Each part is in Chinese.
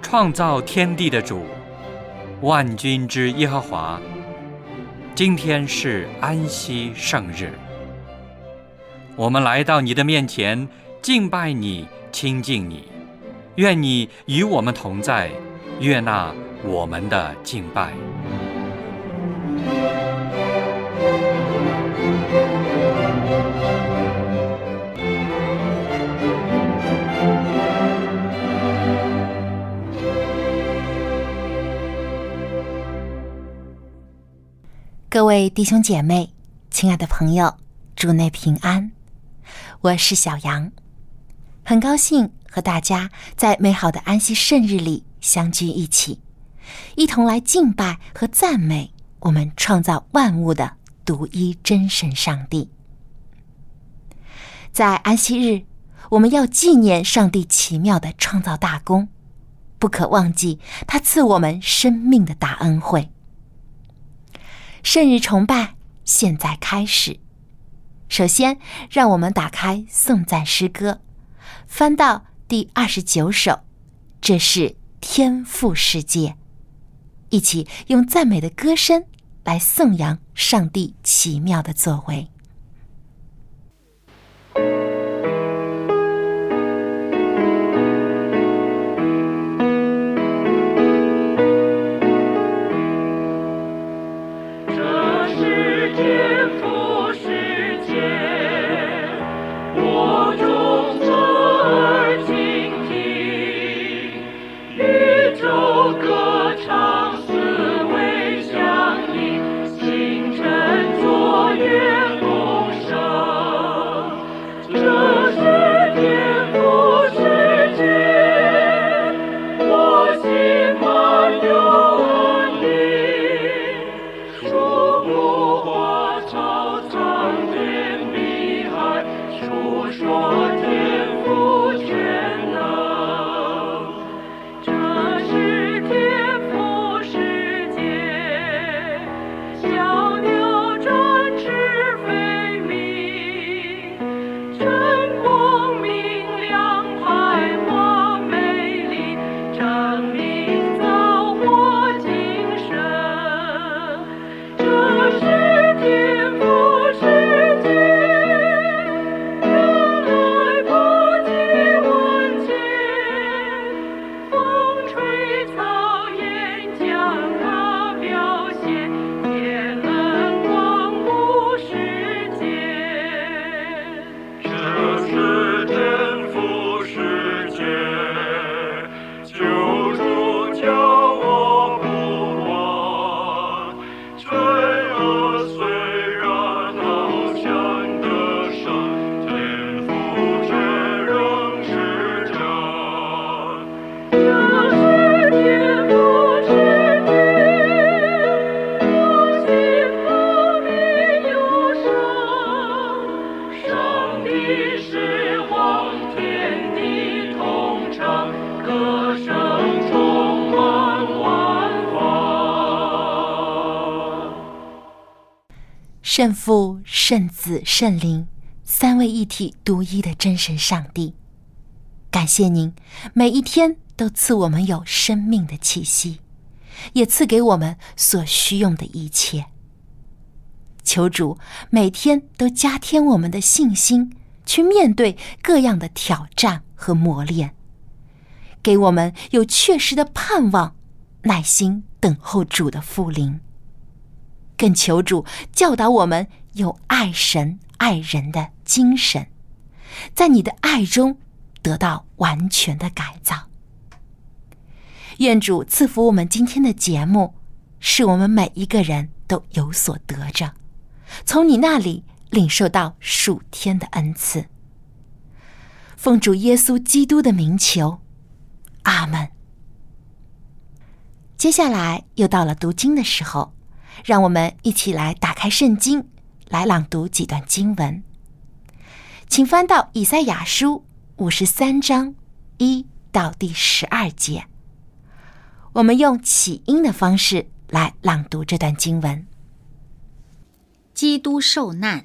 创造天地的主，万军之耶和华，今天是安息圣日。我们来到你的面前，敬拜你，亲近你。愿你与我们同在，悦纳我们的敬拜。 各位弟兄姐妹，亲爱的朋友，主内平安。我是小杨，很高兴和大家在美好的安息圣日里相聚一起，一同来敬拜和赞美我们创造万物的独一真神上帝。在安息日，我们要纪念上帝奇妙的创造大功，不可忘记他赐我们生命的大恩惠。圣日崇拜现在开始。首先，让我们打开颂赞诗歌，翻到第29首，这是天父世界，一起用赞美的歌声来颂扬上帝奇妙的作为。圣父、圣子、圣灵，三位一体独一的真神上帝，感谢您每一天都赐我们有生命的气息，也赐给我们所需用的一切。求主每天都加添我们的信心，去面对各样的挑战和磨练，给我们有确实的盼望，耐心等候主的复临。更求主教导我们有爱神爱人的精神，在你的爱中得到完全的改造。愿主赐福我们今天的节目，使我们每一个人都有所得着，从你那里领受到属天的恩赐。奉主耶稣基督的名求，阿们。接下来又到了读经的时候，让我们一起来打开圣经，来朗读几段经文。请翻到以赛亚书53章1到第12节。我们用起音的方式来朗读这段经文。 基督受难，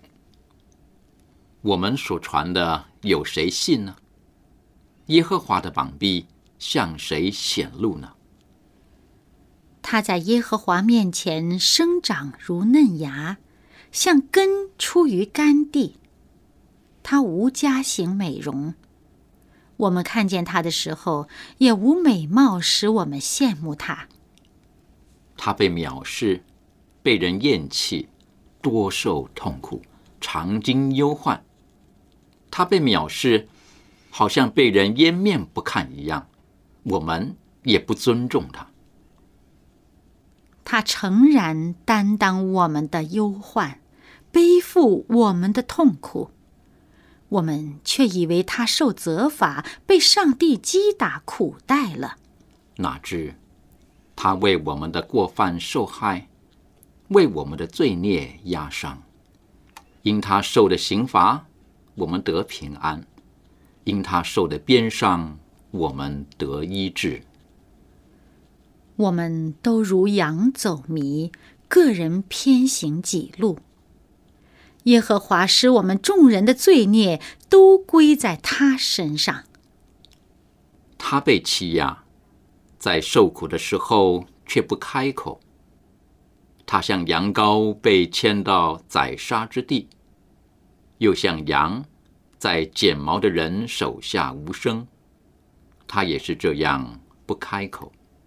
我们所传的有谁信呢？耶和华的膀臂向谁显露呢？ 他在耶和华面前生长如嫩芽，像根出于干地。他无家型美容，我们看见他的时候，也无美貌使我们羡慕他。 他被藐视，被人厌弃，多受痛苦，常经忧患。他被藐视，好像被人掩面不看一样，我们也不尊重他。 他诚然担当我们的忧患，背负我们的痛苦，我们却以为他受责罚，被上帝击打苦待了。 哪知他为我们的过犯受害，为我们的罪孽压伤。因他受的刑罚，我们得平安；因他受的鞭伤，我们得医治。 我们都如羊走迷，个人偏行己路。耶和华使我们众人的罪孽都归在他身上。 他被欺压，在受苦的时候却不开口。他像羊羔被牵到宰杀之地，又像羊在剪毛的人手下无声。他也是这样不开口。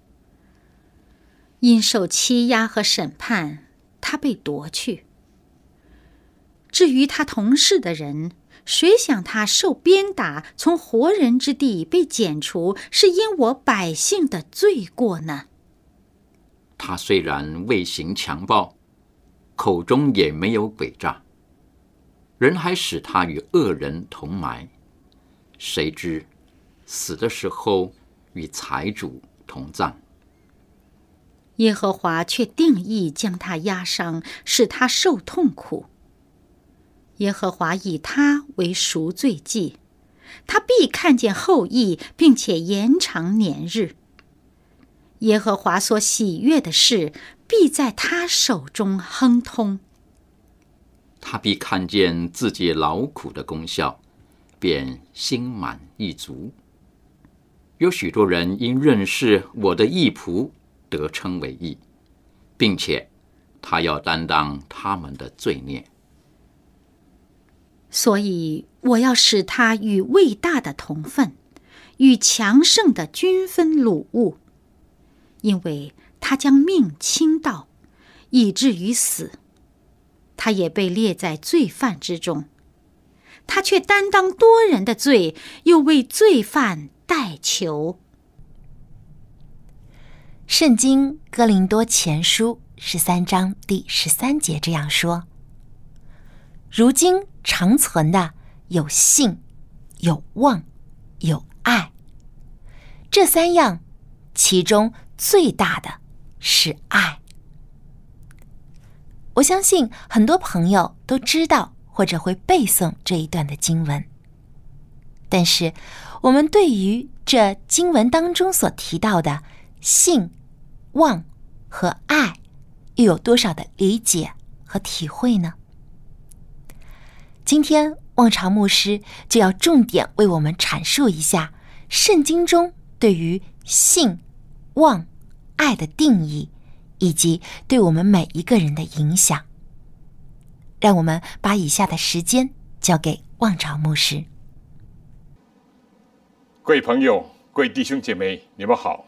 因受欺压和审判，他被夺去。至于他同事的人，谁想他受鞭打，从活人之地被剪除，是因我百姓的罪过呢？ 他虽然未行强暴，口中也没有诡诈，人还使他与恶人同埋。谁知死的时候与财主同葬。 耶和华却定义将他压伤，使他受痛苦。耶和华以他为赎罪祭，他必看见后裔，并且延长年日。耶和华所喜悦的事，必在他手中亨通。 他必看见自己劳苦的功效，便心满意足。有许多人因认识我的义仆，得称为义，并且他要担当他们的罪孽。 所以我要使他与伟大的同分，与强盛的均分掳物，因为他将命倾倒，以至于死。他也被列在罪犯之中，他却担当多人的罪，又为罪犯代求。 圣经哥林多前书13章第13节这样说：如今长存的有信、有望、有爱，这三样，其中最大的是爱。我相信很多朋友都知道或者会背诵这一段的经文，但是我们对于这经文当中所提到的信、望和爱又有多少的理解和体会呢？今天望潮牧师就要重点为我们阐述一下圣经中对于信、望、爱的定义，以及对我们每一个人的影响。让我们把以下的时间交给望潮牧师。 各位朋友，各位弟兄姐妹，你们好。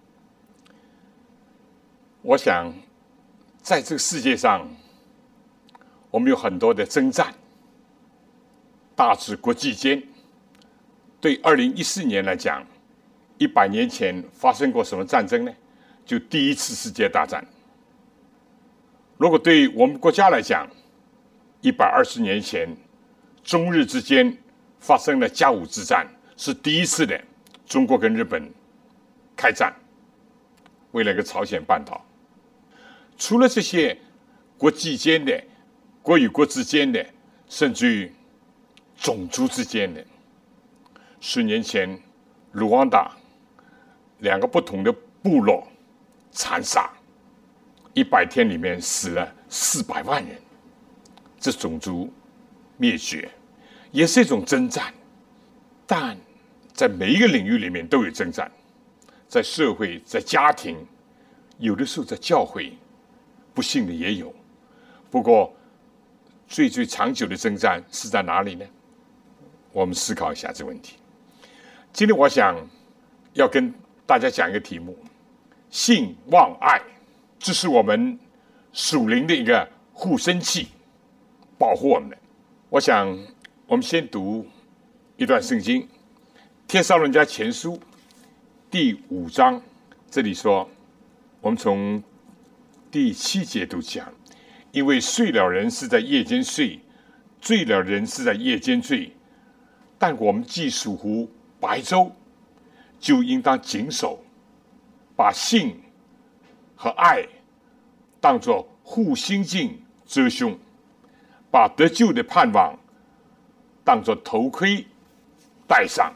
我想在这个世界上，我们有很多的征战，大至国际间。对2014年来讲，100年前发生过什么战争呢？就第一次世界大战。如果对我们国家来讲，120年前中日之间发生了甲午之战，是第一次的中国跟日本开战，为了一个朝鲜半岛。除了这些国际间的、国与国之间的，甚至于种族之间的，10年前卢旺达2个不同的部落残杀，100天里面死了400万人，这种族灭绝也是一种征战，但在每一个领域里面都有征战。 在社会、在家庭，有的时候在教会，不幸的也有。不过，最长久的征战是在哪里呢？我们思考一下这个问题。今天我想要跟大家讲一个题目：信、望、爱，这是我们属灵的一个护身器，保护我们的。我想我们先读一段圣经，《帖撒罗尼迦前书》第5章，这里说，我们从第7节读讲，因为睡了人是在夜间睡，醉了人是在夜间醉。但我们既属乎白昼，就应当谨守，把信和爱当作护心镜遮胸，把得救的盼望当作头盔戴上。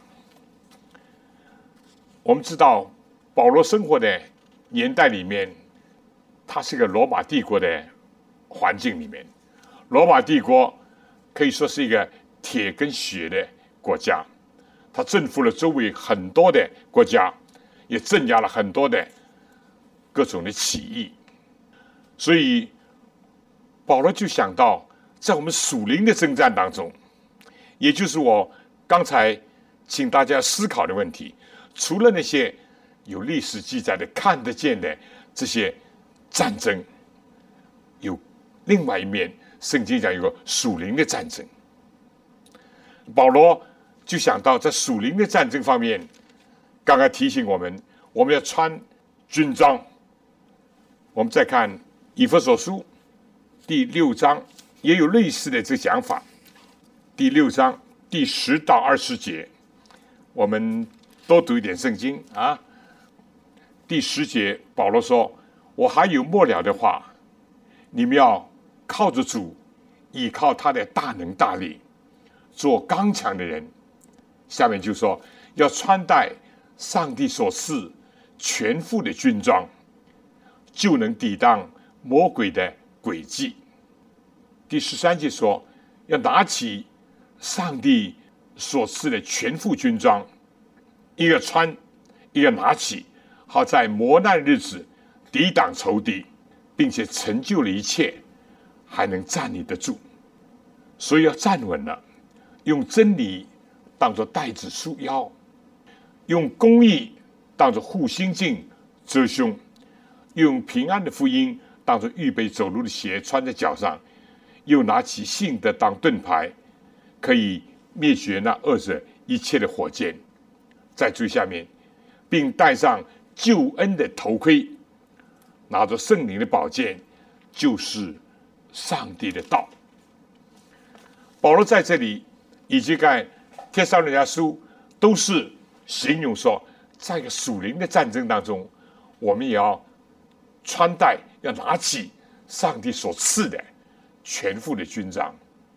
我们知道保罗生活的年代里面，他是个罗马帝国的环境里面，罗马帝国可以说是一个铁跟血的国家，他征服了周围很多的国家，也镇压了很多的各种的起义。所以保罗就想到，在我们属灵的征战当中，也就是我刚才请大家思考的问题，除了那些有历史记载的看得见的这些战争，有另外一面，圣经讲有个属灵的战争。保罗就想到在属灵的战争方面，刚刚提醒我们要穿军装。我们再看以弗所书第6章，也有类似的这个讲法。第6章第10到20节，我们多读一点圣经啊。第10节，保罗说：“我还有末了的话，你们要靠着主，依靠他的大能大力，做刚强的人。”下面就说要穿戴上帝所赐全副的军装，就能抵挡魔鬼的诡计。第13节说要拿起上帝所赐的全副军装，一个穿，一个拿起，好在磨难日子抵挡仇敌，并且成就了一切，还能站立得住。所以要站稳了，用真理当作带子束腰，用公义当作护心镜遮胸，用平安的福音当作预备走路的鞋穿在脚上，又拿起信德当盾牌，可以灭绝那恶者一切的火箭。在最下面，并戴上救恩的头盔，拿着圣灵的宝剑，就是上帝的道。保罗在这里以及在帖撒罗尼迦书都是形容说，在一个属灵的战争当中，我们也要穿戴，要拿起上帝所赐的全副的军装。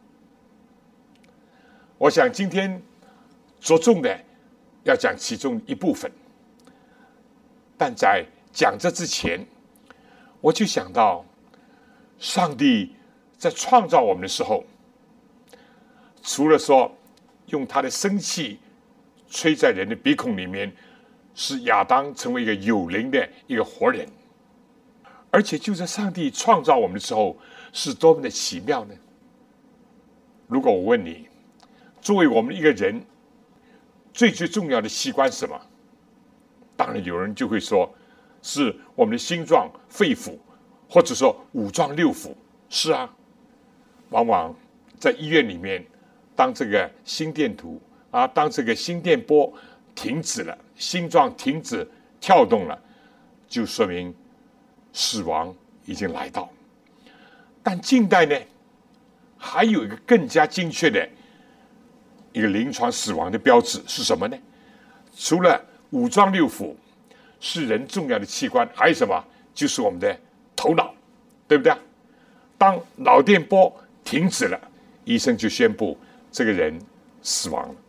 我想今天着重的要讲其中一部分，但在讲这之前，我就想到上帝在创造我们的时候，除了说用他的生气吹在人的鼻孔里面，使亚当成为一个有灵的一个活人，而且就在上帝创造我们的时候，是多么的奇妙呢？如果我问你，作为我们一个人最重要的器官是什么？当然有人就会说是我们的心脏、肺腑，或者说五脏六腑。是啊，往往在医院里面，当这个心电图啊，当这个心电波停止了，心脏停止跳动了，就说明死亡已经来到。但近代呢，还有一个更加精确的一个临床死亡的标志是什么呢？除了五脏六腑是人重要的器官，还有什么？就是我们的头脑，对不对？当脑电波停止了，医生就宣布这个人死亡了。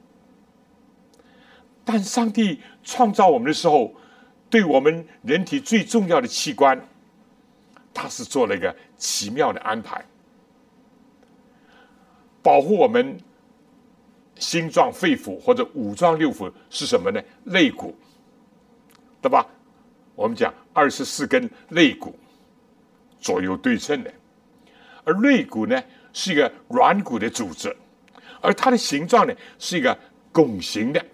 但上帝创造我们的时候，对我们人体最重要的器官，他是做了一个奇妙的安排，保护我们心脏、肺腑或者五脏六腑是什么呢？肋骨。 对吧？我们讲24根肋骨左右对称的，而肋骨呢是一个软骨的组织，而它的形状呢是一个拱形的，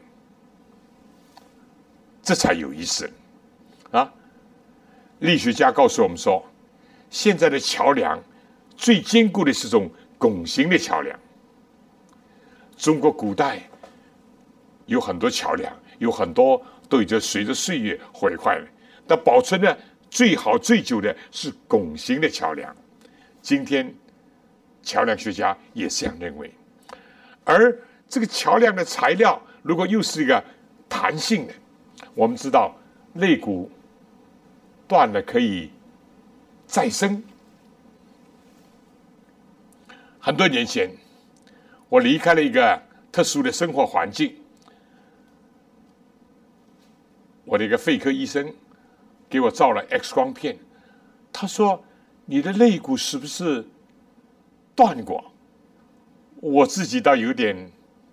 这才有意思啊！力学家告诉我们说，现在的桥梁最坚固的是这种拱形的桥梁。中国古代有很多桥梁，有很多都已经随着岁月毁坏了，但保存的最好最久的是拱形的桥梁。今天桥梁学家也这样认为。而这个桥梁的材料如果又是一个弹性的，我们知道肋骨断了可以再生。很多年前我离开了一个特殊的生活环境，我的一个肺科医生给我照了 X 光片，他说你的肋骨是不是断过？我自己倒有点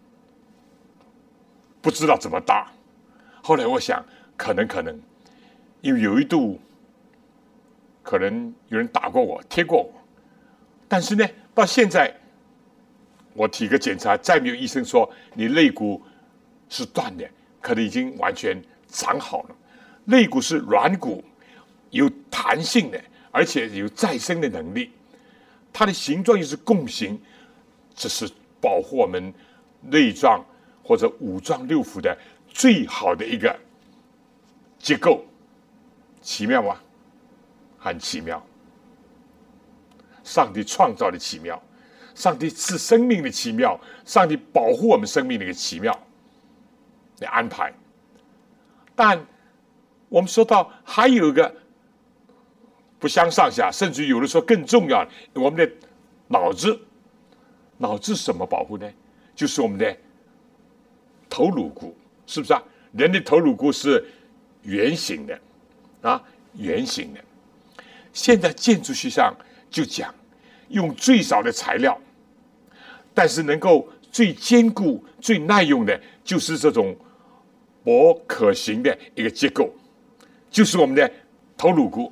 不知道怎么答。后来我想可能因为有一度可能有人打过我贴过我，但是呢到现在我体格检查再没有医生说你肋骨是断的，可能已经完全长好了。肋骨是软骨，有弹性的，而且有再生的能力，它的形状又是拱形，这是保护我们内脏或者五脏六腑的最好的一个结构。奇妙吗？很奇妙。上帝创造的奇妙，上帝赐生命的奇妙，上帝保护我们生命的一个奇妙的安排。但我们说到还有一个不相上下，甚至有的时候更重要，我们的脑子。脑子是什么保护呢？就是我们的头颅骨，是不是啊？人的头颅骨是圆形的啊，圆形的。现在建筑学上就讲，用最少的材料，但是能够最坚固、最耐用的，就是这种薄可行的一个结构，就是我们的头颅骨。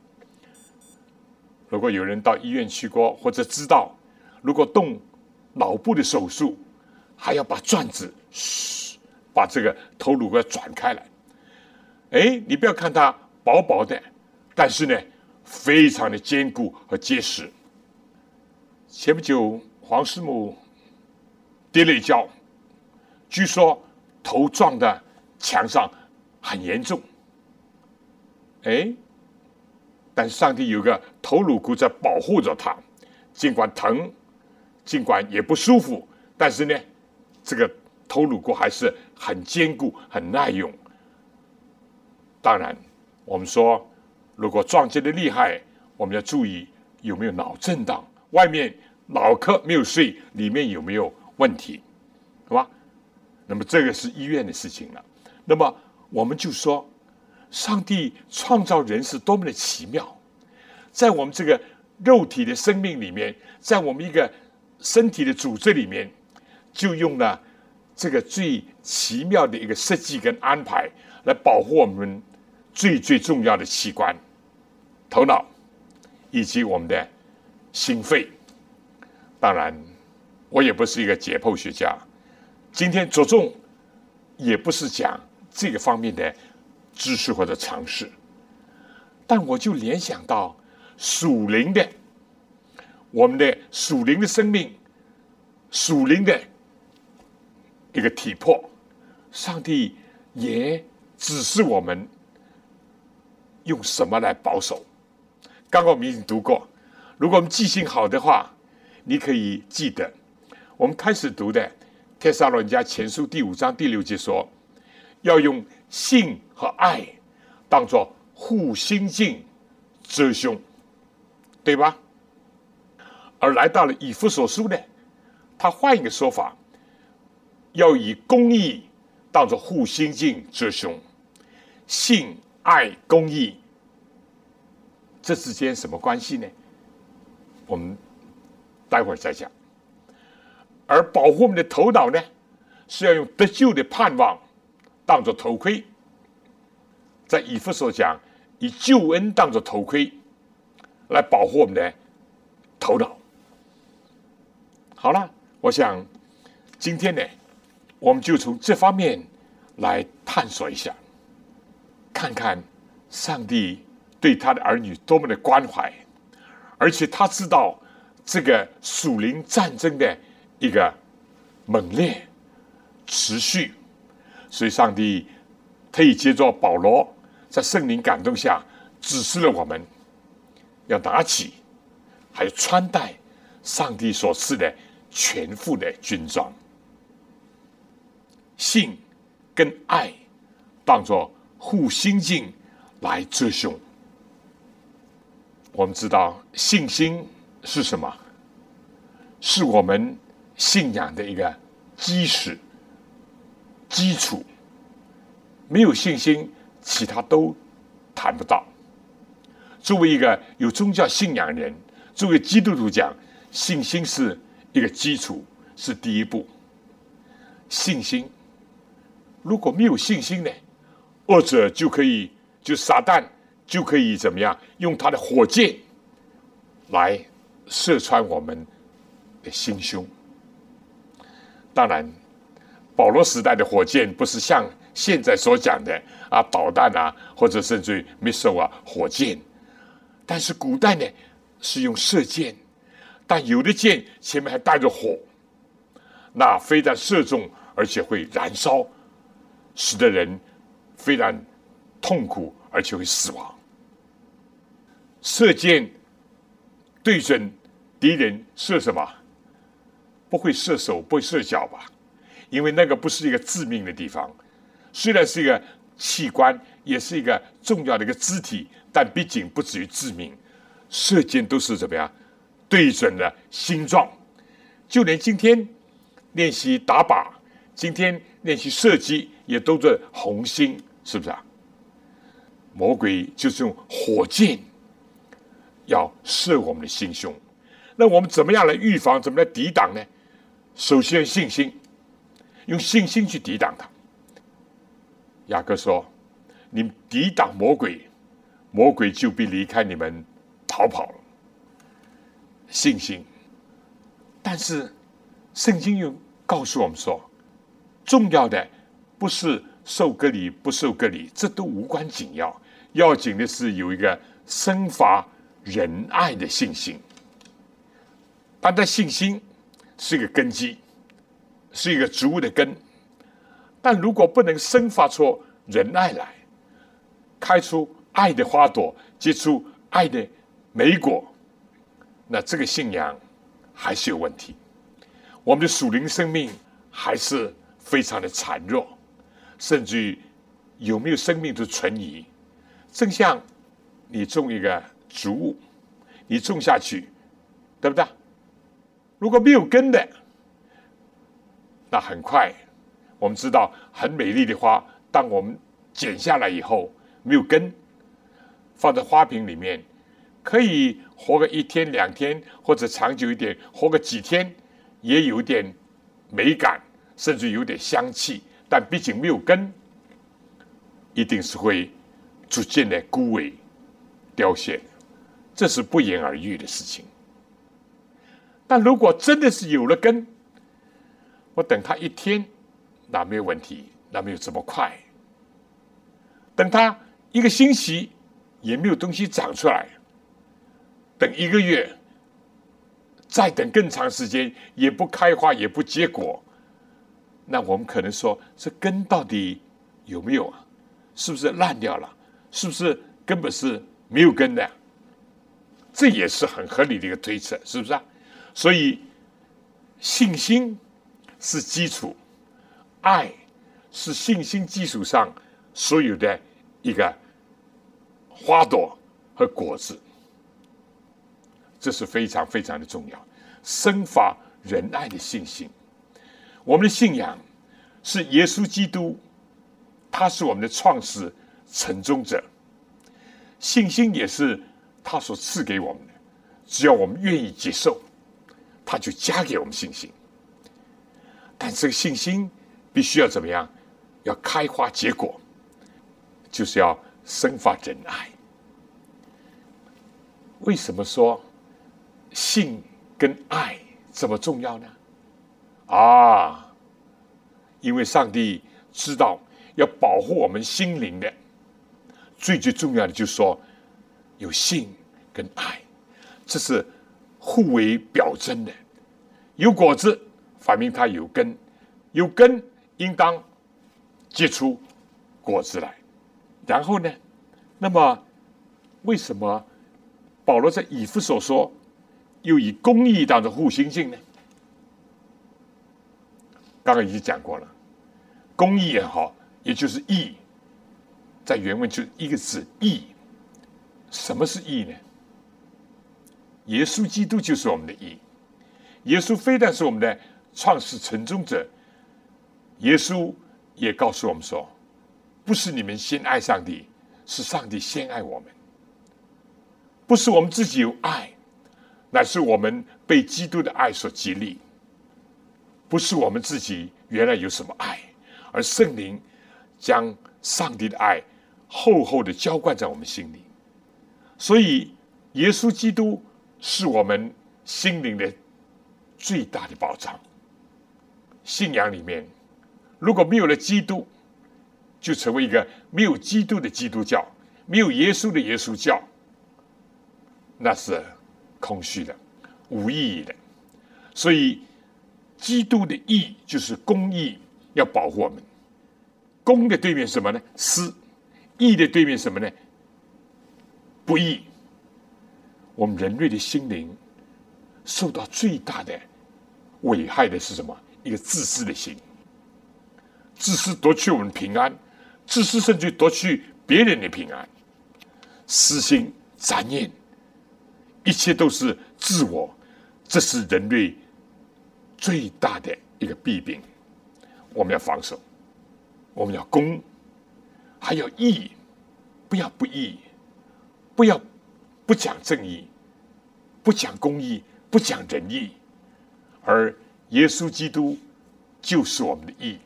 如果有人到医院去过，或者知道，如果动脑部的手术，还要把转子把这个头颅骨转开来。哎，你不要看它薄薄的，但是呢非常的坚固和结实。前不久黄师母跌了一跤，据说头撞的墙上很严重。哎，但上帝有个头颅骨在保护着他，尽管疼，尽管也不舒服，但是呢这个头颅骨还是很坚固很耐用。当然我们说如果撞击的厉害，我们要注意有没有脑震荡，外面脑壳没有碎，里面有没有问题，好吧？那么这个是医院的事情了。那么我们就说上帝创造人是多么的奇妙，在我们这个肉体的生命里面，在我们一个身体的组织里面，就用了这个最奇妙的一个设计跟安排来保护我们最重要的器官，头脑以及我们的心肺。当然我也不是一个解剖学家，今天着重也不是讲这个方面的知识或者常识，但我就联想到属灵的，我们的属灵的生命，属灵的一个体魄，上帝也指示我们用什么来保守。刚刚我们已经读过，如果我们记性好的话，你可以记得我们开始读的帖撒罗尼迦前书第5章第6节说，要用信和爱当作护心镜遮胸，对吧？而来到了以弗所书呢，他换一个说法，要以公义当作护心镜遮胸。信爱公义这之间什么关系呢？我们待会儿再讲。而保护我们的头脑呢，是要用得救的盼望当作头盔。 在以弗所讲，以救恩当作头盔，来保护我们的头脑。好了，我想今天呢，我们就从这方面来探索一下，看看上帝对他的儿女多么的关怀，而且他知道这个属灵战争的一个猛烈持续，所以上帝特意借着保罗在圣灵感动下指示了我们要拿起还有穿戴上帝所赐的全副的军装，信跟爱当作护心镜来遮胸。我们知道信心是什么？是我们信仰的一个基石、基础。没有信心，其他都谈不到。作为一个有宗教信仰人，作为基督徒讲，信心是一个基础，是第一步。信心，如果没有信心呢，恶者就撒旦就可以怎么样？用他的火箭来射穿我们的心胸。当然，保罗时代的火箭不是像现在所讲的导弹或者甚至于 missile 火箭，但是古代呢是用射箭，但有的箭前面还带着火，那非但射中，而且会燃烧，使得人非常痛苦，而且会死亡。射箭对准敌人射什么？不会射手，不会射脚吧？因为那个不是一个致命的地方，虽然是一个器官，也是一个重要的一个肢体，但毕竟不至于致命。射箭都是怎么样？对准了心脏。就连今天练习打靶，今天练习射击，也都是红心，是不是啊？魔鬼就是用火箭要射我们的心胸。那我们怎么样来预防？怎么来抵挡呢？首先信心，用信心去抵挡它。雅各说：“你们抵挡魔鬼，魔鬼就必离开你们逃跑了。”信心。但是圣经又告诉我们说，重要的不是受割礼不受割礼，这都无关紧要，要紧的是有一个生发仁爱的信心。单单信心是一个根基，是一个植物的根，但如果不能生发出仁爱来，开出爱的花朵，结出爱的莓果，那这个信仰还是有问题。我们的属灵生命还是非常的孱弱，甚至于有没有生命的存疑。正像你种一个植物，你种下去，对不对？如果没有根的，那很快我们知道很美丽的花，当我们剪下来以后没有根，放在花瓶里面，可以活个1天2天，或者长久一点活个几天，也有点美感，甚至有点香气，但毕竟没有根，一定是会逐渐的枯萎凋谢，这是不言而喻的事情。但如果真的是有了根，我等它1天，那没有问题，那没有这么快。等它1个星期，也没有东西长出来。等1个月，再等更长时间，也不开花，也不结果。那我们可能说，这根到底有没有啊？是不是烂掉了？是不是根本是没有根的？这也是很合理的一个推测，是不是啊？所以信心是基础，爱是信心基础上所有的一个花朵和果子，这是非常非常的重要。生发仁爱的信心，我们的信仰是耶稣基督，他是我们的创始成终者，信心也是他所赐给我们的，只要我们愿意接受，他就加给我们信心。但这个信心必须要怎么样？要开花结果，就是要生发仁爱。为什么说信跟爱这么重要呢？因为上帝知道要保护我们心灵的最重要的就是说有信跟爱，这是互为表征的。有果子反映它有根，有根应当结出果子来。然后呢，那么为什么保罗在以弗所说又以公义当作护心镜呢？刚刚已经讲过了，公义也好，也就是义，在原文就是一个字义。什么是义呢？耶稣基督就是我们的义。耶稣非但是我们的创始成终者，耶稣也告诉我们说，不是你们先爱上帝，是上帝先爱我们。不是我们自己有爱，乃是我们被基督的爱所激励。不是我们自己原来有什么爱，而圣灵将上帝的爱厚厚的浇灌在我们心里。所以耶稣基督是我们心灵的最大的保障。信仰里面如果没有了基督，就成为一个没有基督的基督教，没有耶稣的耶稣教，那是空虚的，无意义的。所以基督的义就是公义，要保护我们。公的对面是什么呢？私。义的对面是什么呢？不义。我们人类的心灵受到最大的危害的是什么？一个自私的心。自私夺去我们平安，自私甚至夺去别人的平安。私心杂念，一切都是自我，这是人类最大的一个弊病。我们要防守，我们要公，还要义，不要不义，不要不讲正义，不讲公义，不讲仁义。而耶稣基督就是我们的义。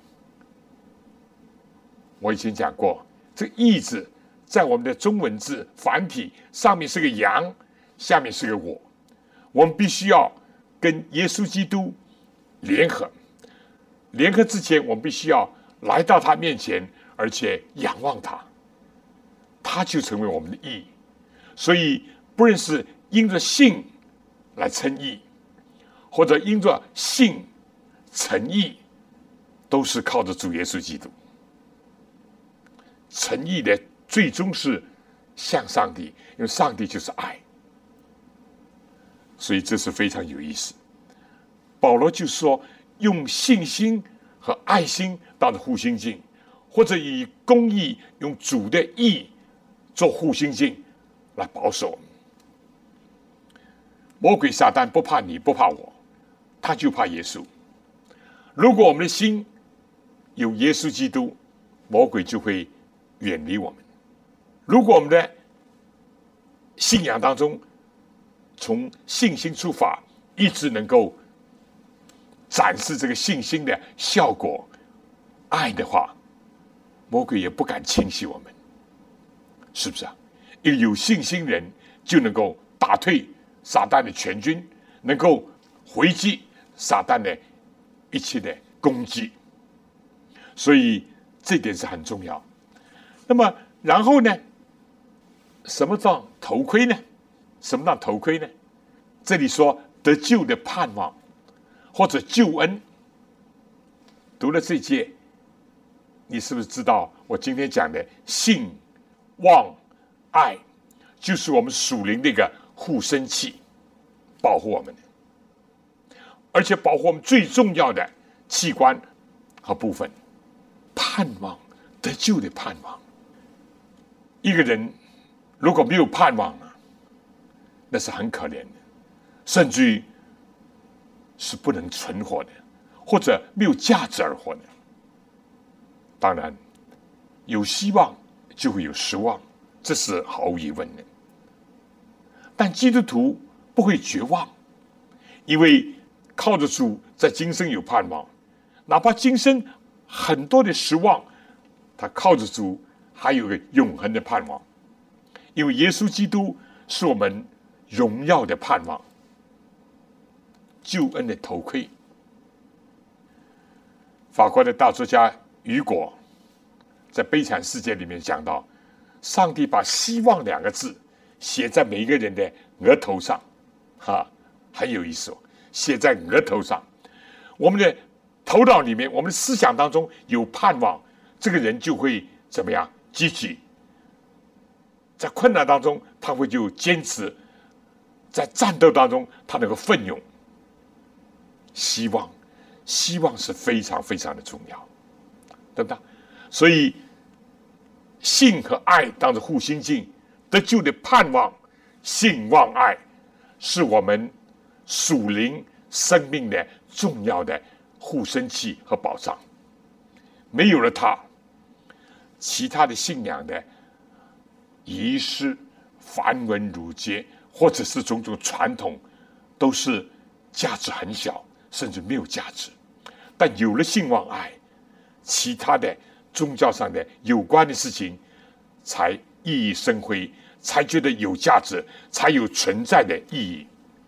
我以前讲过，这个义字在我们的中文字繁体上面是个羊，下面是个我。我们必须要跟耶稣基督联合，联合之前我们必须要来到他面前，而且仰望他，他就成为我们的义。所以不论是因着信来称义，或者因着信成义，都是靠着主耶稣基督。成义的最终是向上帝，因为上帝就是爱。所以这是非常有意思。保罗就说，用信心和爱心当作护心镜，或者以公义，用主的义做护心镜来保守我们。魔鬼撒旦不怕你，不怕我，他就怕耶稣。如果我们的心有耶稣基督，魔鬼就会远离我们。如果我们的信仰当中从信心出发，一直能够展示这个信心的效果、爱的话，魔鬼也不敢侵袭我们，是不是啊？一个有信心人就能够打退撒旦的全军，能够回击撒旦的一切的攻击，所以这点是很重要。那么然后呢，什么叫头盔呢？什么叫头盔呢？这里说得救的盼望或者救恩。读了这节，你是不是知道我今天讲的信、望、爱，就是我们属灵的一个护身器，保护我们的，而且保护我们最重要的器官和部分，盼望，得救的盼望。一个人如果没有盼望呢，那是很可怜的，甚至于是不能存活的，或者没有价值而活的。当然，有希望就会有失望，这是毫无疑问的。但基督徒不会绝望，因为靠着主在今生有盼望，哪怕今生很多的失望，他靠着主还有个永恒的盼望，因为耶稣基督是我们荣耀的盼望，救恩的头盔。法国的大作家雨果在《悲惨世界》里面讲到，上帝把希望2个字写在每一个人的额头上，很有意思哦，写在额头上。我们的头脑里面，我们的思想当中有盼望，这个人就会怎么样？积极。在困难当中，他会就坚持；在战斗当中，他能够奋勇。希望是非常非常的重要，对不对？所以信和爱当着互心镜，得救的盼望，信望爱，是我们属灵生命的重要的护身器和保障。没有了它，其他的信仰的仪式、繁文缛节，或者是种种传统，都是价值很小，甚至没有价值。但有了信望爱，其他的宗教上的有关的事情才熠熠生辉，才觉得有价值，才有存在的意义。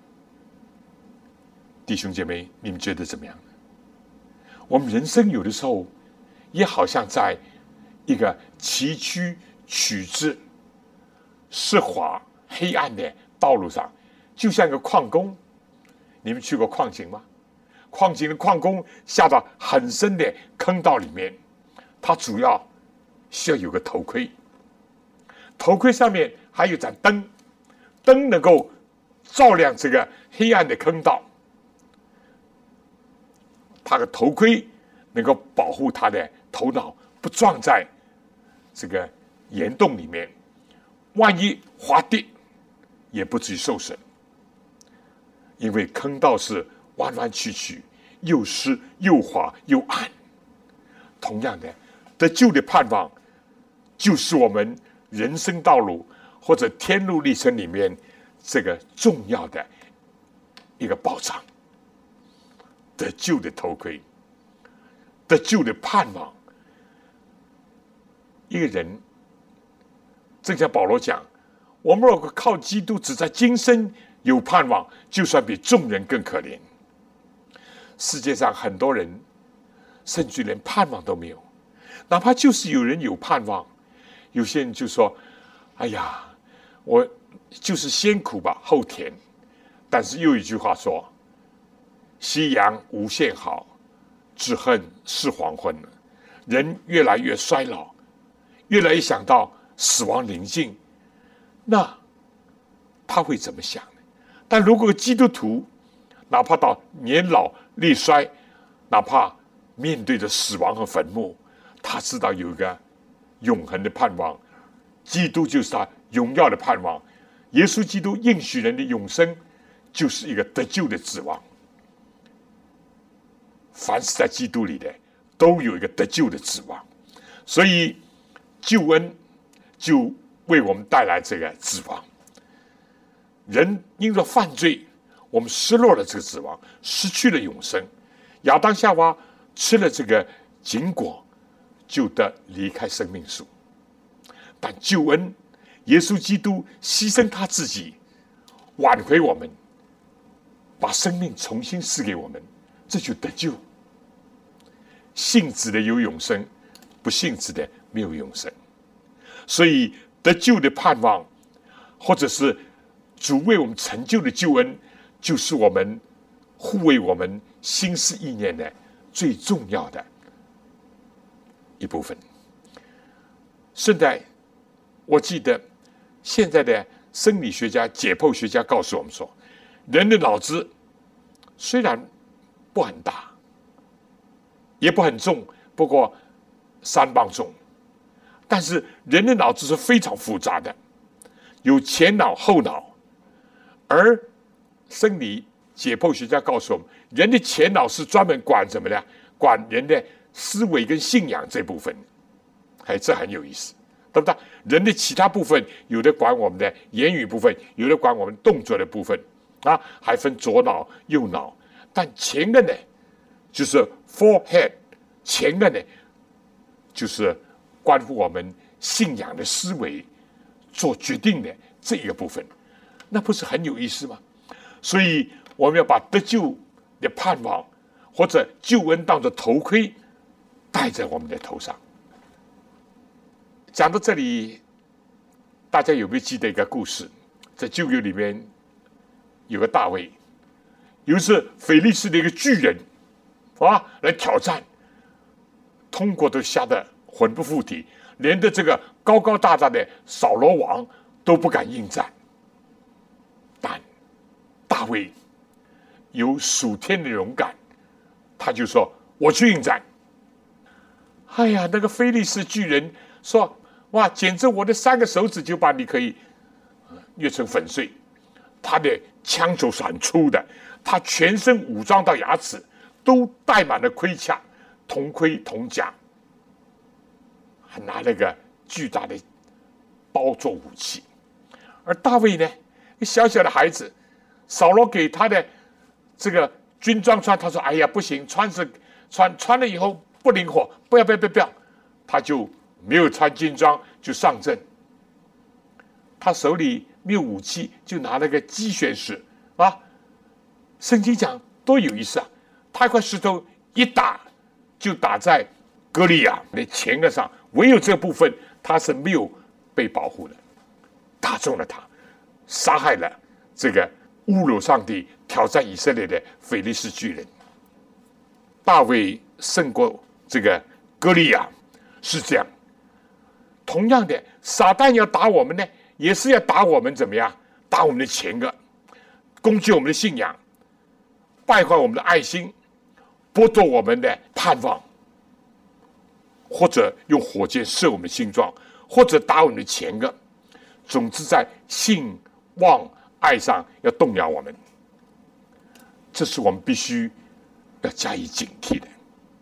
弟兄姐妹，你们觉得怎么样呢？我们人生有的时候也好像在一个崎岖曲折、湿滑、黑暗的道路上，就像一个矿工。你们去过矿井吗？矿井的矿工下到很深的坑道里面，他主要需要有个头盔，头盔上面还有盏灯，灯能够照亮这个黑暗的坑道。他的头盔能够保护他的头脑不撞在这个岩洞里面，万一滑跌也不至于受损。因为坑道是弯弯曲曲，又湿又滑又暗。同样的，得救的盼望就是我们人生道路或者天路历程里面这个重要的一个保障。得救的头盔，得救的盼望。一个人，正像保罗讲，我们如果靠基督只在今生有盼望，就算比众人更可怜。世界上很多人甚至连盼望都没有，哪怕就是有人有盼望，有些人就说：“哎呀，我就是先苦吧，后甜。”但是又有一句话说：“夕阳无限好，只恨是黄昏。”人越来越衰老，越来越想到死亡临近，那他会怎么想呢？但如果基督徒哪怕到年老力衰，哪怕面对着死亡和坟墓，他知道有一个永恒的盼望，基督就是他荣耀的盼望。耶稣基督应许人的永生，就是一个得救的指望。凡是在基督里的，都有一个得救的指望。所以救恩就为我们带来这个指望。人因着犯罪，我们失落了这个指望，失去了永生。亚当夏娃吃了这个禁果，就得离开生命树。但救恩，耶稣基督牺牲他自己，挽回我们，把生命重新赐给我们，这就得救。信子的有永生，不信子的没有永生。所以得救的盼望，或者是主为我们成就的救恩，就是我们护卫我们心思意念的最重要的一部分。顺带我记得现在的生理学家、解剖学家告诉我们说，人的脑子虽然不很大，也不很重，不过3磅重，但是人的脑子是非常复杂的，有前脑后脑。而生理解剖学家告诉我们，人的前脑是专门管什么呢？管人的思维跟信仰这部分。这很有意思，对不对？人的其他部分，有的管我们的言语部分，有的管我们动作的部分啊，还分左脑右脑。但前个呢，就是 forehead， 前个呢，就是关乎我们信仰的思维做决定的这一个部分，那不是很有意思吗？所以我们要把得救的盼望或者救恩当作头盔戴在我们的头上。讲到这里，大家有没有记得一个故事？在旧约里面有个大卫，有一次非利士的一个巨人来挑战，通过都吓得魂不附体，连的这个高高大大的扫罗王都不敢应战。但大卫有属天的勇敢，他就说：“我去应战。”哎呀，那个非利士巨人说：“哇，简直我的3个手指就把你可以捏成粉碎。”他的枪手是很粗的，他全身武装到牙齿，都戴满了盔甲，铜盔铜甲，还拿了个巨大的刀做武器。而大卫呢，小小的孩子，扫罗给他的这个军装穿，他说：“哎呀，不行，穿了以后不灵活，不要，他就没有穿军装就上阵。他手里没有武器，就拿了个鸡旋石圣经讲多有意思啊！他一块石头一打，就打在歌利亚的前额上，唯有这部分他是没有被保护的，打中了他，杀害了这个侮辱上帝、挑战以色列的非利士巨人。大卫胜过这个歌利亚是这样。同样的，撒旦要打我们呢，也是要打我们怎么样？打我们的前额，攻击我们的信仰，败坏我们的爱心，剥夺我们的盼望，或者用火箭射我们的心脏，或者打我们的前额。总之，在信望爱上要动摇我们，这是我们必须要加以警惕的。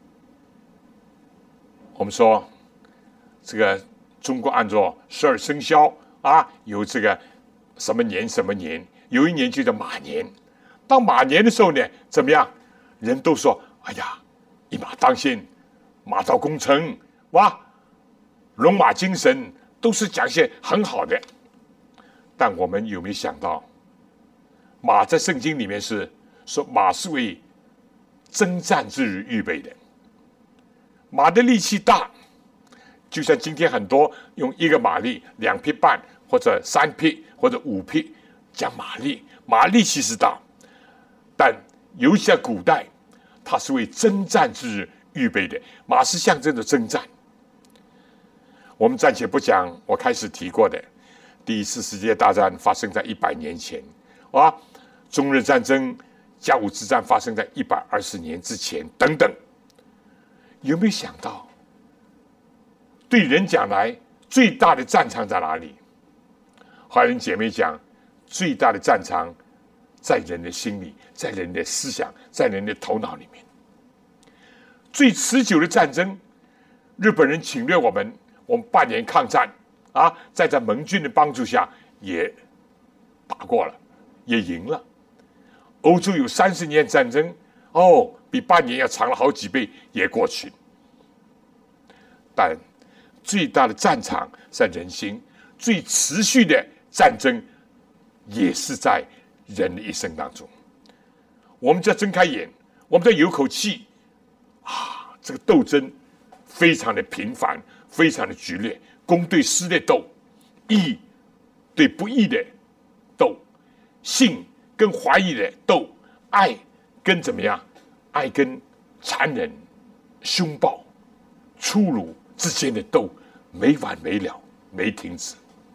我们说这个中国按照12生肖有这个什么年什么年，有一年就叫马年。到马年的时候呢，怎么样？人都说：“哎呀，一马当先，马到功成，龙马精神，都是讲些很好的。”但我们有没有想到，马在圣经里面是说马是为征战之日预备的，马的力气大。就像今天很多用1个马力、2匹半或者3匹或者5匹讲马力，马力气是大，但尤其在古代，它是为征战之日预备的。马是象征着征战。我们暂且不讲我开始提过的第1次世界大战发生在100年前中日战争、甲午之战发生在120年之前等等。有没有想到，对人讲来，最大的战场在哪里？华人姐妹讲，最大的战场在人的心里，在人的思想，在人的头脑里面。最持久的战争，日本人侵略我们8年抗战在这盟军的帮助下也打过了，也赢了。欧洲有30年战争，比8年要长了好几倍，也过去。但最大的战场在人心，最持续的战争也是在人的一生当中。我们只要睁开眼，我们只要有口气这个斗争非常的频繁，非常的剧烈，公对私的斗，义对不义的斗，信跟怀疑的斗，爱跟怎么样？爱跟残忍、凶暴、粗鲁之间的斗，没完没了，没停止。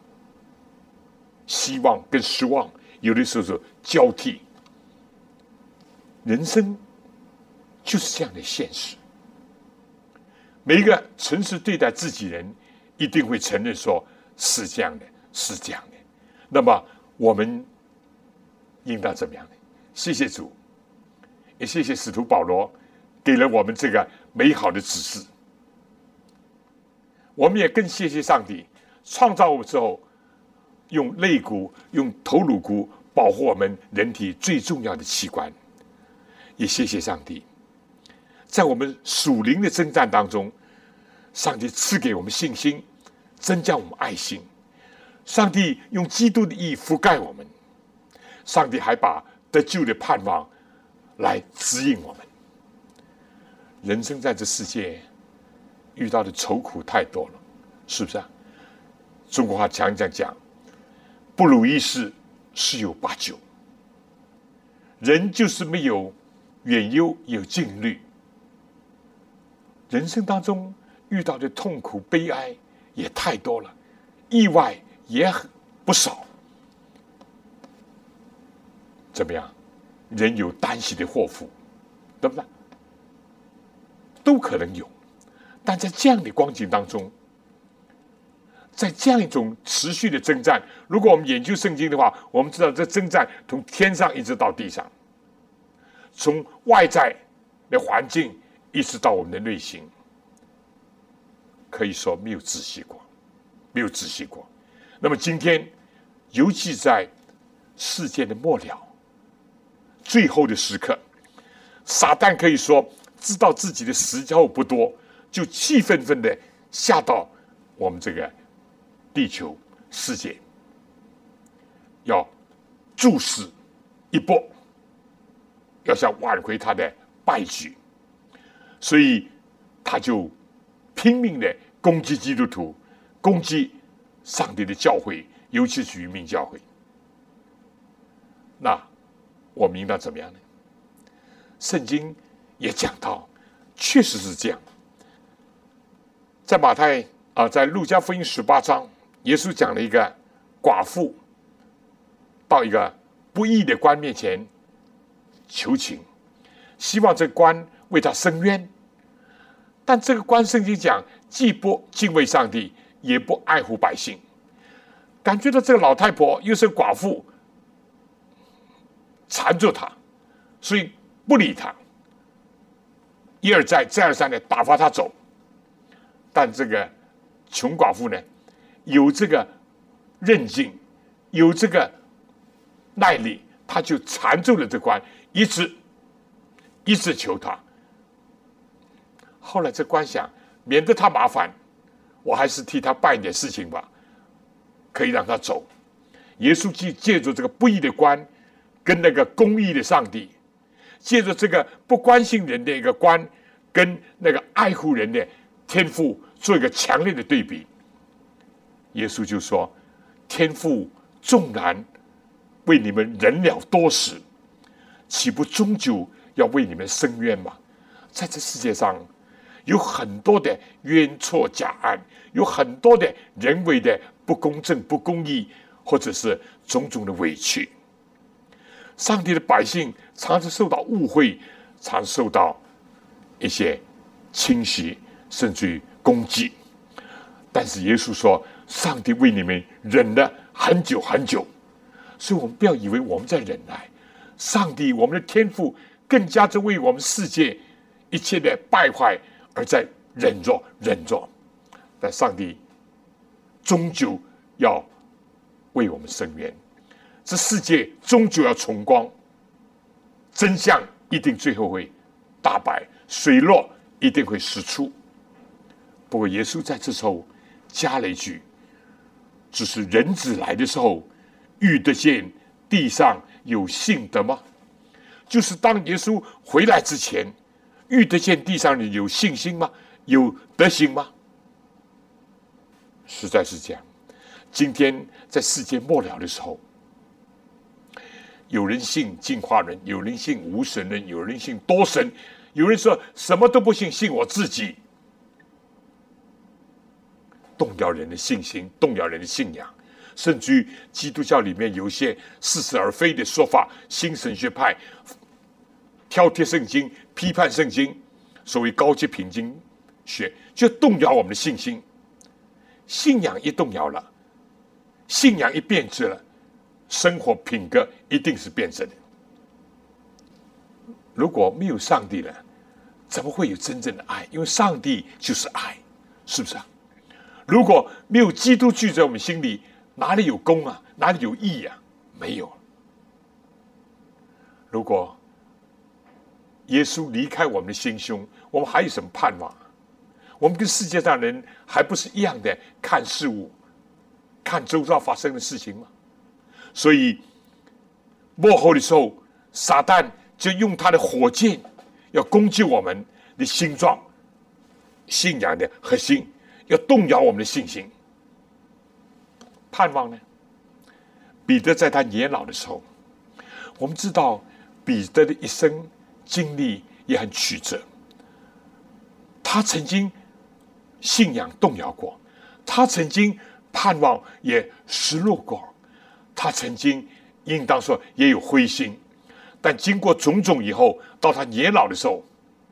希望跟失望有的时候是交替。人生就是这样的现实。每一个诚实对待自己人，一定会承认说是这样的，是这样的。那么我们应当怎么样呢？谢谢主，也谢谢使徒保罗给了我们这个美好的指示。我们也更谢谢上帝创造我们之后，用肋骨、用头颅骨保护我们人体最重要的器官。也谢谢上帝，在我们属灵的征战当中，上帝赐给我们信心， 增加我们爱心。上帝用基督的义覆盖我们，上帝还把得救的盼望来指引我们。人生在这世界遇到的愁苦太多了，是不是啊？中国话讲，不如意事十有八九。人就是没有远忧，有近虑。人生当中遇到的痛苦、悲哀也太多了，意外也不少。怎么样？人有旦夕的祸福，对不对？都可能有。但在这样的光景当中，在这样一种持续的征战，如果我们研究圣经的话，我们知道这征战从天上一直到地上，从外在的环境一直到我们的内心，可以说没有止息过，没有止息过。那么今天，尤其在世界的末了、最后的时刻，撒旦可以说知道自己的时候不多，就气愤愤的下到我们这个地球世界，要注视一波，要想挽回他的败局，所以他就拼命的攻击基督徒，攻击上帝的教会，尤其是渔民教会。那我们应当怎么样呢？圣经也讲到，确实是这样。在马太在路加福音18章，耶稣讲了一个寡妇到一个不义的官面前求情，希望这个官为他伸冤。但这个官，圣经讲既不敬畏上帝，也不爱护百姓，感觉到这个老太婆又是寡妇，缠住他，所以不理他，一而再再而三的打发他走。但这个穷寡妇呢，有这个韧劲，有这个耐力，他就缠住了这官，一直求他。后来这官想，免得他麻烦，我还是替他办一点事情吧，可以让他走。耶稣借助这个不义的官跟那个公义的上帝，借着这个不关心人的一个官跟那个爱护人的天父做一个强烈的对比。耶稣就说，天父纵然为你们忍了多时，岂不终究要为你们伸冤吗？在这世界上有很多的冤错假案，有很多的人为的不公正不公义，或者是种种的委屈。上帝的百姓常常受到误会，常受到一些侵袭，甚至于攻击。但是耶稣说，上帝为你们忍了很久很久，所以我们不要以为我们在忍耐，上帝我们的天父更加在为我们世界一切的败坏而在忍着，但上帝终究要为我们伸冤，这世界终究要重光，真相一定最后会大白，水落一定会石出。不过耶稣在这时候加了一句，只是人子来的时候，遇得见地上有信的吗？就是当耶稣回来之前，遇得见地上有信心吗？有德行吗？实在是这样。今天在世界末了的时候，有人信进化论，有人信无神论，有人信多神，有人说什么都不信，信我自己，动摇人的信心，动摇人的信仰。甚至于基督教里面有一些似是而非的说法，新神学派挑剔圣经，批判圣经，所谓高级品经学，就动摇我们的信心。信仰一动摇了，信仰一变质了，生活品格一定是变质的。如果没有上帝了，怎么会有真正的爱？因为上帝就是爱，是不是啊？如果没有基督居在我们心里，哪里有功啊？哪里有义啊？没有。如果耶稣离开我们的心胸，我们还有什么盼望啊？ 我们跟世界上人还不是一样的看事物，看周遭发生的事情吗？所以末后的时候，撒旦就用他的火箭要攻击我们的心脏、信仰的核心，要动摇我们的信心。盼望呢？彼得在他年老的时候，我们知道彼得的一生经历也很曲折。他曾经信仰动摇过，他曾经盼望也失落过，他曾经应当说也有灰心。但经过种种以后，到他年老的时候，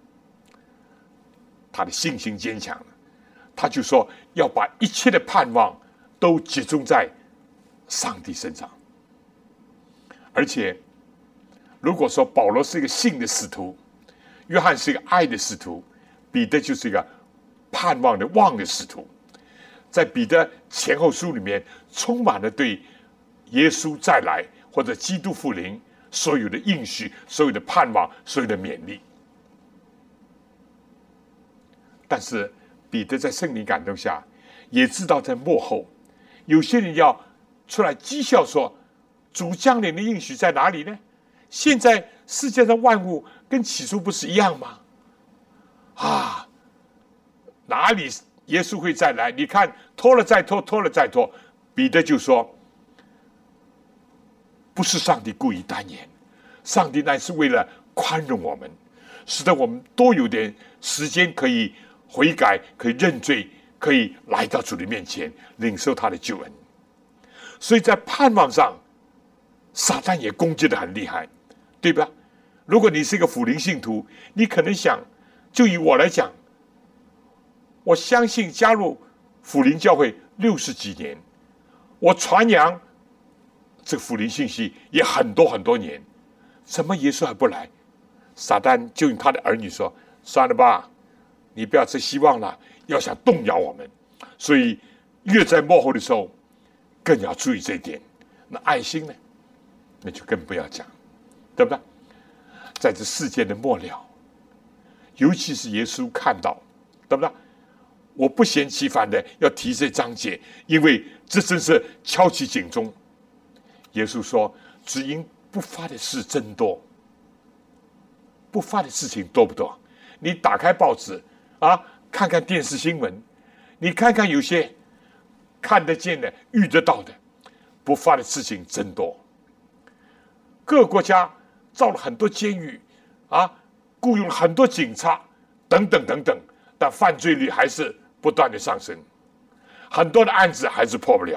他的信心坚强了。他就说要把一切的盼望都集中在上帝身上。而且如果说保罗是一个信的使徒，约翰是一个爱的使徒，彼得就是一个盼望的望的使徒。在彼得前后书里面充满了对耶稣再来或者基督复临所有的应许，所有的盼望，所有的勉励。但是彼得在圣灵感动下也知道，在末后有些人要出来讥笑说，主降临的应许在哪里呢？现在世界上万物跟起初不是一样吗？哪里耶稣会再来？你看拖了再拖，拖了再拖。彼得就说，不是上帝故意单言，上帝乃是为了宽容我们，使得我们多有点时间可以悔改，可以认罪，可以来到主的面前领受他的救恩。所以在盼望上，撒旦也攻击得很厉害，对吧？如果你是一个福临信徒，你可能想，就以我来讲，我相信加入福临教会60几年，我传扬这福临信息也很多很多年，怎么耶稣还不来？撒旦就用他的儿女说，算了吧，你不要再希望了，要想动摇我们。所以越在末后的时候更要注意这一点。那爱心呢，那就更不要讲，对不对？在这世界的末了，尤其是耶稣看到，对不对？我不嫌其烦的要提这章节，因为这真是敲起警钟。耶稣说，只因不发的事真多。不发的事情多不多？你打开报纸看看电视新闻，你看看有些看得见的、遇得到的，不发的事情真多。各国家造了很多监狱雇佣了很多警察等等等等，但犯罪率还是不断的上升，很多的案子还是破不了。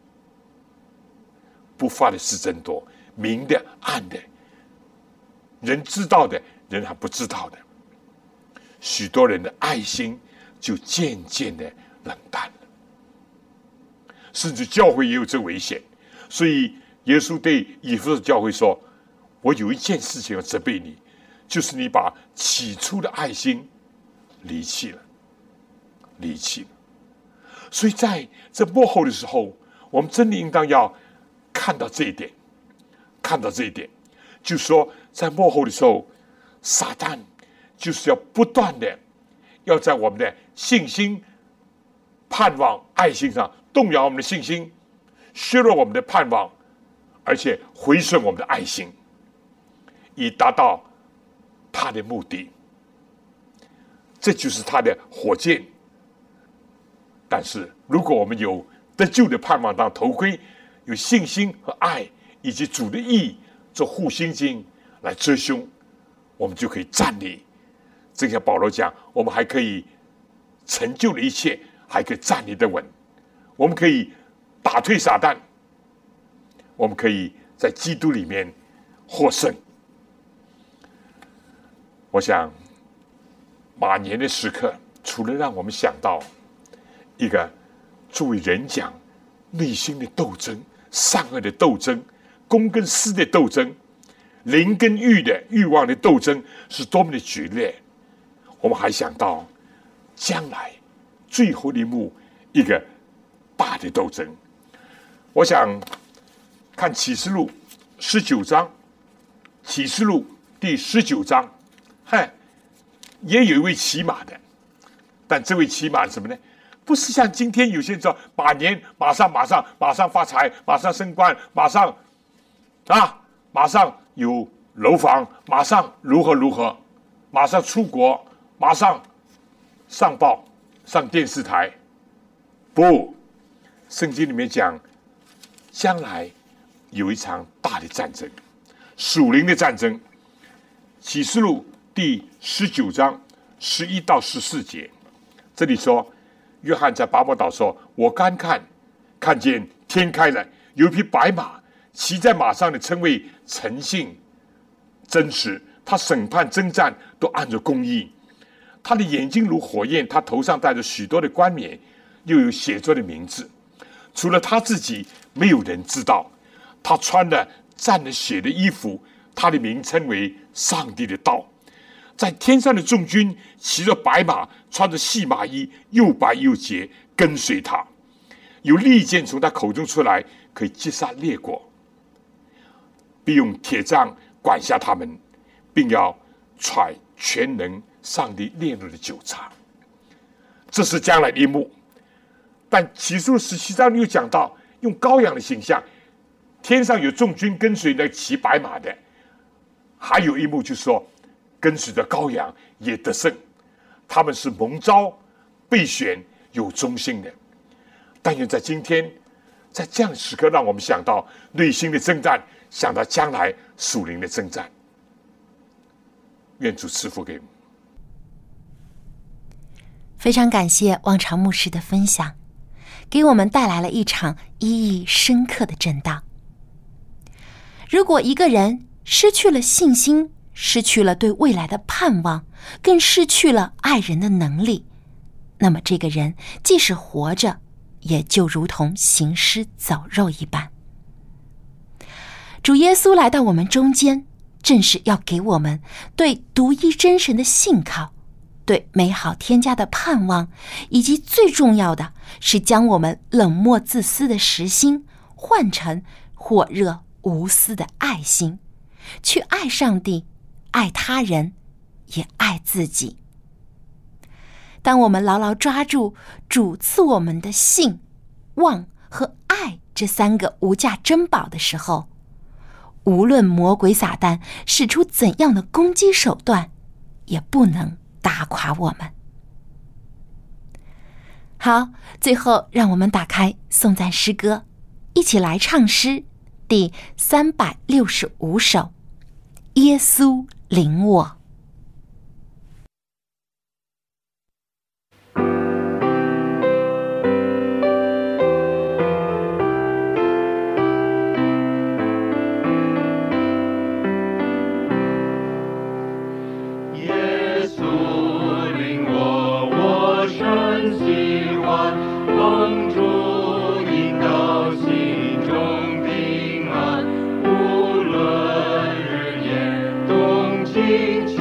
不发的事真多，明的暗的，人知道的，人还不知道的，许多人的爱心就渐渐的冷淡了，甚至教会也有这危险。所以耶稣对以弗所教会说，我有一件事情要责备你，就是你把起初的爱心离弃了。所以在这末后的时候，我们真的应当要看到这一点，就是说在末后的时候，撒旦就是要不断的要在我们的信心、盼望、爱心上动摇我们的信心，削弱我们的盼望，而且毁损我们的爱心，以达到他的目的。这就是他的火箭。但是如果我们有得救的盼望当头盔，有信心和爱以及主的义做护心镜来遮胸，我们就可以站立。正像保罗讲，我们还可以成就了一切，还可以站立得稳，我们可以打退撒旦，我们可以在基督里面获胜。我想马年的时刻，除了让我们想到一个作为人讲内心的斗争、善恶的斗争、公跟私的斗争、灵跟欲的欲望的斗争是多么的剧烈，我们还想到将来最后一幕一个大的斗争。我想看启示录19章，启示录第19章，也有一位骑马的， 但这位骑马是什么呢？不是像今天有些人说马年马上发财，马上升官，马上有楼房，马上如何，马上出国，马上上报上电视台。不，圣经里面讲，将来有一场大的战争，属灵的战争。启示录第19章11到14节，这里说，约翰在拔摩岛说：“我观看见天开了，有一匹白马，骑在马上的称为诚信真实，他审判征战都按着公义。他的眼睛如火焰，他头上戴着许多的冠冕，又有写着的名字，除了他自己，没有人知道。他穿了沾了血的衣服，他的名称为上帝的道。在天上的众军骑着白马，穿着细麻衣，又白又洁，跟随他。有利剑从他口中出来，可以击杀列国，必用铁杖管辖他们，并要踹全能上帝烈怒的酒闸。”这是将来的一幕。但启示录17章又讲到，用羔羊的形象，天上有众军跟随那骑白马的。还有一幕就是说，跟随着羔羊也得胜，他们是蒙召、被选、有忠心的。但愿在今天，在这样的时刻，让我们想到内心的征战，想到将来属灵的征战。愿主赐福给我们。 非常感谢望潮牧师的分享，给我们带来了一场意义深刻的震荡。如果一个人失去了信心，失去了对未来的盼望，更失去了爱人的能力，那么这个人即使活着，也就如同行尸走肉一般。主耶稣来到我们中间，正是要给我们对独一真神的信靠，对美好天家的盼望，以及最重要的是将我们冷漠自私的实心换成火热无私的爱心，去爱上帝，爱他人，也爱自己。当我们牢牢抓住主赐我们的信、望和爱这3个无价珍宝的时候，无论魔鬼撒旦使出怎样的攻击手段，也不能打垮我们。好，最后让我们打开颂赞诗歌，一起来唱诗第365首《耶稣领我》。 无论日夜冬晴。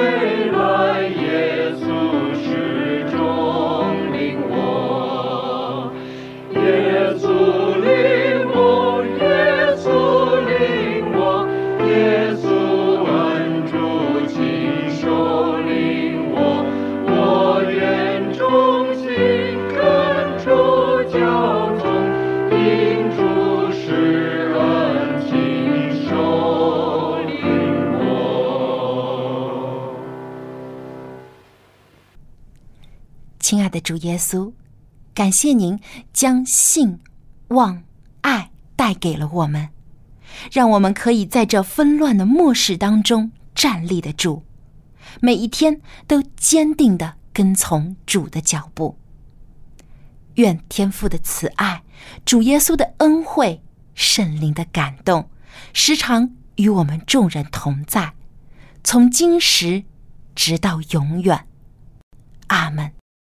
亲爱的主耶稣，感谢您将信、望、爱带给了我们，让我们可以在这纷乱的末世当中站立得住，每一天都坚定地跟从主的脚步。愿天父的慈爱、主耶稣的恩惠、圣灵的感动，时常与我们众人同在，从今时直到永远。阿们。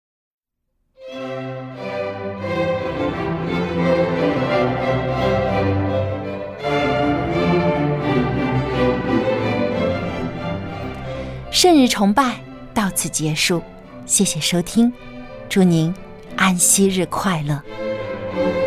圣日崇拜到此结束，谢谢收听，祝您安息日快乐。